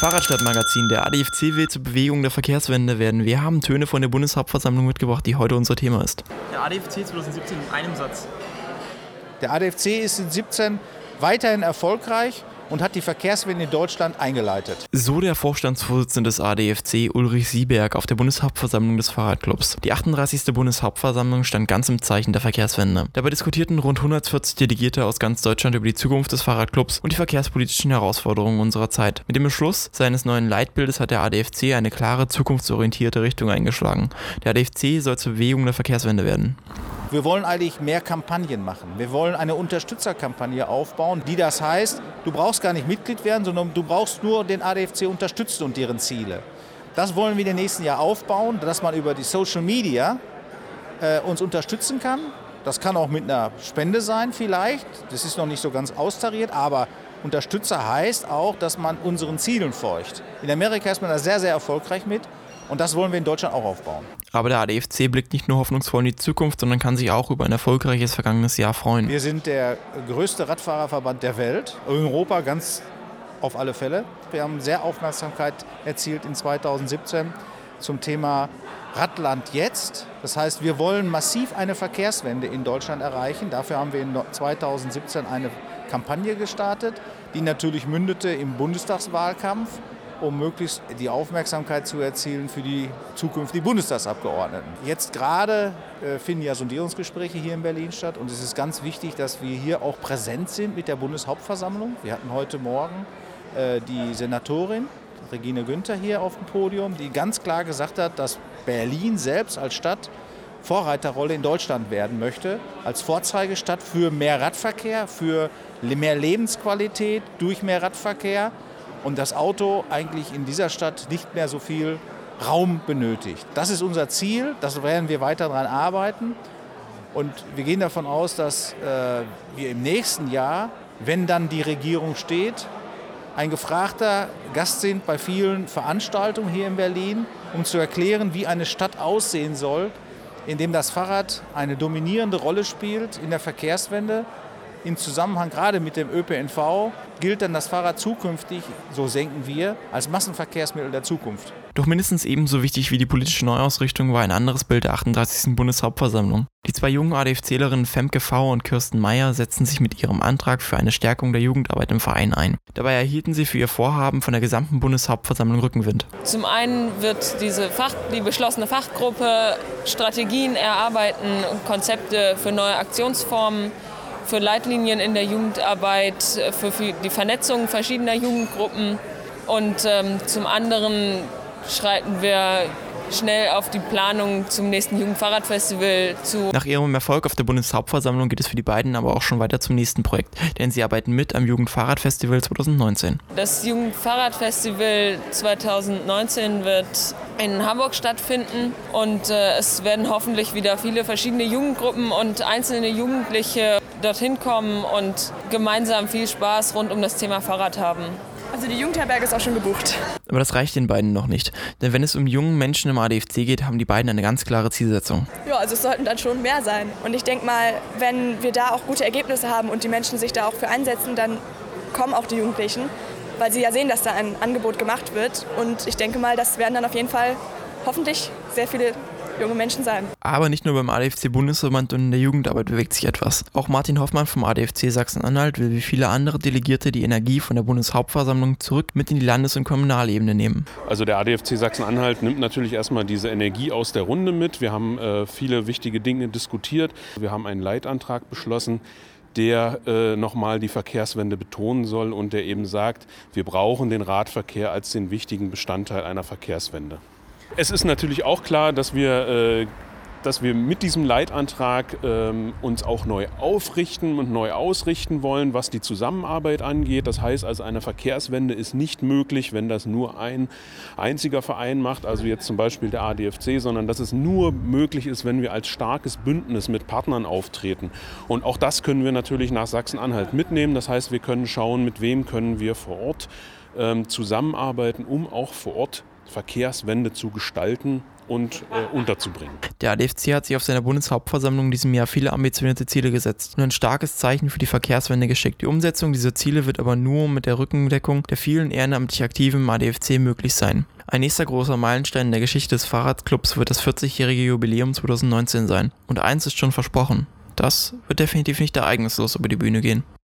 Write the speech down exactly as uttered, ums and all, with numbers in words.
Fahrradstadtmagazin, der A D F C will zur Bewegung der Verkehrswende werden. Wir haben Töne von der Bundeshauptversammlung mitgebracht, die heute unser Thema ist. Der A D F C zwanzig siebzehn in einem Satz. Der A D F C ist in siebzehn weiterhin erfolgreich und hat die Verkehrswende in Deutschland eingeleitet. So der Vorstandsvorsitzende des A D F C, Ulrich Sieberg, auf der Bundeshauptversammlung des Fahrradclubs. Die achtunddreißigste Bundeshauptversammlung stand ganz im Zeichen der Verkehrswende. Dabei diskutierten rund hundertvierzig Delegierte aus ganz Deutschland über die Zukunft des Fahrradclubs und die verkehrspolitischen Herausforderungen unserer Zeit. Mit dem Beschluss seines neuen Leitbildes hat der A D F C eine klare, zukunftsorientierte Richtung eingeschlagen. Der A D F C soll zur Bewegung der Verkehrswende werden. Wir wollen eigentlich mehr Kampagnen machen. Wir wollen eine Unterstützerkampagne aufbauen, die das heißt, du brauchst gar nicht Mitglied werden, sondern du brauchst nur den A D F C unterstützen und deren Ziele. Das wollen wir in den nächsten Jahren aufbauen, dass man über die Social Media äh, uns unterstützen kann. Das kann auch mit einer Spende sein vielleicht, das ist noch nicht so ganz austariert, aber Unterstützer heißt auch, dass man unseren Zielen folgt. In Amerika ist man da sehr, sehr erfolgreich mit. Und das wollen wir in Deutschland auch aufbauen. Aber der A D F C blickt nicht nur hoffnungsvoll in die Zukunft, sondern kann sich auch über ein erfolgreiches vergangenes Jahr freuen. Wir sind der größte Radfahrerverband der Welt, in Europa ganz auf alle Fälle. Wir haben sehr Aufmerksamkeit erzielt in zweitausendsiebzehn zum Thema Radland jetzt. Das heißt, wir wollen massiv eine Verkehrswende in Deutschland erreichen. Dafür haben wir in zweitausendsiebzehn eine Kampagne gestartet, die natürlich mündete im Bundestagswahlkampf, um möglichst die Aufmerksamkeit zu erzielen für die zukünftigen Bundestagsabgeordneten. Jetzt gerade äh, finden ja Sondierungsgespräche hier in Berlin statt und es ist ganz wichtig, dass wir hier auch präsent sind mit der Bundeshauptversammlung. Wir hatten heute Morgen äh, die Senatorin Regine Günther hier auf dem Podium, die ganz klar gesagt hat, dass Berlin selbst als Stadt Vorreiterrolle in Deutschland werden möchte, als Vorzeigestadt für mehr Radverkehr, für mehr Lebensqualität durch mehr Radverkehr. Und das Auto eigentlich in dieser Stadt nicht mehr so viel Raum benötigt. Das ist unser Ziel, das werden wir weiter daran arbeiten. Und wir gehen davon aus, dass äh, wir im nächsten Jahr, wenn dann die Regierung steht, ein gefragter Gast sind bei vielen Veranstaltungen hier in Berlin, um zu erklären, wie eine Stadt aussehen soll, in dem das Fahrrad eine dominierende Rolle spielt in der Verkehrswende. Im Zusammenhang gerade mit dem Ö P N V gilt dann das Fahrrad zukünftig, so denken wir, als Massenverkehrsmittel der Zukunft. Doch mindestens ebenso wichtig wie die politische Neuausrichtung war ein anderes Bild der achtunddreißigsten Bundeshauptversammlung. Die zwei jungen A D F C-Lerinnen Femke V. und Kirsten Meyer setzten sich mit ihrem Antrag für eine Stärkung der Jugendarbeit im Verein ein. Dabei erhielten sie für ihr Vorhaben von der gesamten Bundeshauptversammlung Rückenwind. Zum einen wird diese Fach, die beschlossene Fachgruppe Strategien erarbeiten und Konzepte für neue Aktionsformen, für Leitlinien in der Jugendarbeit, für die Vernetzung verschiedener Jugendgruppen. Und ähm, zum anderen schreiten wir schnell auf die Planung zum nächsten Jugendfahrradfestival zu. Nach ihrem Erfolg auf der Bundeshauptversammlung geht es für die beiden aber auch schon weiter zum nächsten Projekt, denn sie arbeiten mit am Jugendfahrradfestival zweitausendneunzehn. Das Jugendfahrradfestival zweitausendneunzehn wird in Hamburg stattfinden und äh, es werden hoffentlich wieder viele verschiedene Jugendgruppen und einzelne Jugendliche dorthin kommen und gemeinsam viel Spaß rund um das Thema Fahrrad haben. Also die Jugendherberge ist auch schon gebucht. Aber das reicht den beiden noch nicht. Denn wenn es um jungen Menschen im A D F C geht, haben die beiden eine ganz klare Zielsetzung. Ja, also es sollten dann schon mehr sein. Und ich denke mal, wenn wir da auch gute Ergebnisse haben und die Menschen sich da auch für einsetzen, dann kommen auch die Jugendlichen, weil sie ja sehen, dass da ein Angebot gemacht wird. Und ich denke mal, das werden dann auf jeden Fall hoffentlich sehr viele junge Menschen sein. Aber nicht nur beim A D F C-Bundesverband und in der Jugendarbeit bewegt sich etwas. Auch Martin Hoffmann vom A D F C Sachsen-Anhalt will wie viele andere Delegierte die Energie von der Bundeshauptversammlung zurück mit in die Landes- und Kommunalebene nehmen. Also der A D F C Sachsen-Anhalt nimmt natürlich erstmal diese Energie aus der Runde mit. Wir haben äh, viele wichtige Dinge diskutiert. Wir haben einen Leitantrag beschlossen, der äh, nochmal die Verkehrswende betonen soll und der eben sagt, wir brauchen den Radverkehr als den wichtigen Bestandteil einer Verkehrswende. Es ist natürlich auch klar, dass wir, äh, dass wir mit diesem Leitantrag ähm, uns auch neu aufrichten und neu ausrichten wollen, was die Zusammenarbeit angeht. Das heißt also, eine Verkehrswende ist nicht möglich, wenn das nur ein einziger Verein macht, also jetzt zum Beispiel der A D F C, sondern dass es nur möglich ist, wenn wir als starkes Bündnis mit Partnern auftreten. Und auch das können wir natürlich nach Sachsen-Anhalt mitnehmen. Das heißt, wir können schauen, mit wem können wir vor Ort ähm, zusammenarbeiten, um auch vor Ort Verkehrswende zu gestalten und äh, unterzubringen. Der A D F C hat sich auf seiner Bundeshauptversammlung in diesem Jahr viele ambitionierte Ziele gesetzt und ein starkes Zeichen für die Verkehrswende geschickt. Die Umsetzung dieser Ziele wird aber nur mit der Rückendeckung der vielen ehrenamtlich Aktiven im A D F C möglich sein. Ein nächster großer Meilenstein in der Geschichte des Fahrradclubs wird das vierzigjährige Jubiläum zwanzig neunzehn sein. Und eins ist schon versprochen: Das wird definitiv nicht ereignislos über die Bühne gehen.